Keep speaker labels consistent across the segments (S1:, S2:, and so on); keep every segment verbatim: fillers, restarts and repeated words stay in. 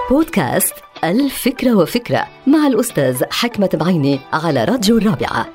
S1: بودكاست الفكرة وفكرة مع الأستاذ حكمة بعيني على راديو الرابعة.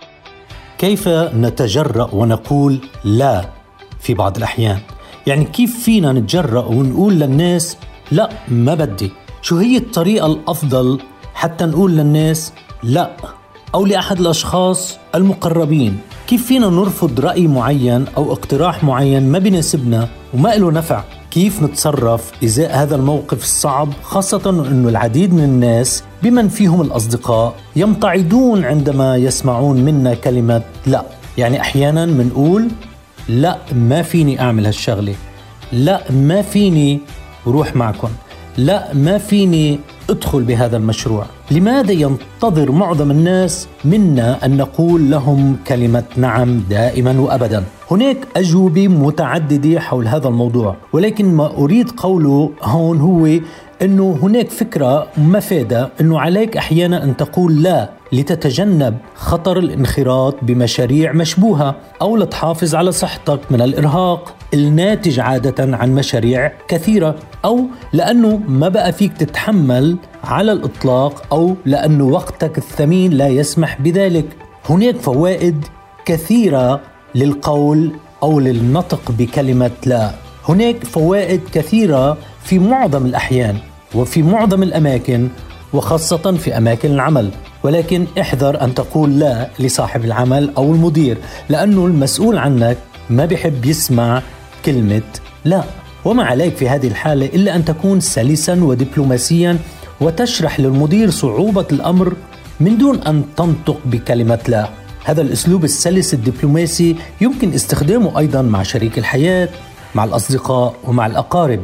S2: كيف نتجرأ ونقول لا في بعض الأحيان؟ يعني كيف فينا نتجرأ ونقول للناس لا ما بدي؟ شو هي الطريقة الأفضل حتى نقول للناس لا؟ أو لأحد الأشخاص المقربين كيف فينا نرفض رأي معين أو اقتراح معين ما بيناسبنا وما له نفع؟ كيف نتصرف إزاء هذا الموقف الصعب، خاصة أنه العديد من الناس بمن فيهم الأصدقاء يمتعضون عندما يسمعون منا كلمة لا. يعني أحيانا منقول لا ما فيني أعمل هالشغلة، لا ما فيني روح معكم، لا ما فيني ادخل بهذا المشروع. لماذا ينتظر معظم الناس منا أن نقول لهم كلمة نعم دائما وأبدا؟ هناك أجوبة متعددة حول هذا الموضوع، ولكن ما أريد قوله هون هو أنه هناك فكرة مفيدة أنه عليك أحيانا أن تقول لا لتتجنب خطر الانخراط بمشاريع مشبوهة، أو لتحافظ على صحتك من الإرهاق الناتج عادة عن مشاريع كثيرة، أو لأنه ما بقى فيك تتحمل على الإطلاق، أو لأنه وقتك الثمين لا يسمح بذلك. هناك فوائد كثيرة للقول أو للنطق بكلمة لا. هناك فوائد كثيرة في معظم الأحيان وفي معظم الأماكن، وخاصة في أماكن العمل، ولكن احذر أن تقول لا لصاحب العمل أو المدير، لأنه المسؤول عنك ما بيحب يسمع كلمة لا. وما عليك في هذه الحالة إلا أن تكون سلسا ودبلوماسيا وتشرح للمدير صعوبة الأمر من دون أن تنطق بكلمة لا. هذا الأسلوب السلس الدبلوماسي يمكن استخدامه أيضا مع شريك الحياة، مع الأصدقاء ومع الأقارب.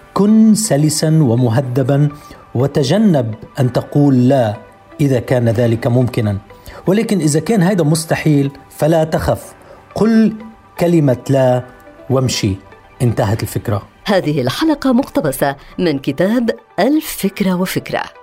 S2: كن سلسا ومهذبا وتجنب أن تقول لا إذا كان ذلك ممكنا، ولكن إذا كان هذا مستحيل فلا تخف، قل كلمة لا وامشي. انتهت الفكرة.
S1: هذه الحلقة مقتبسة من كتاب الفكرة وفكرة.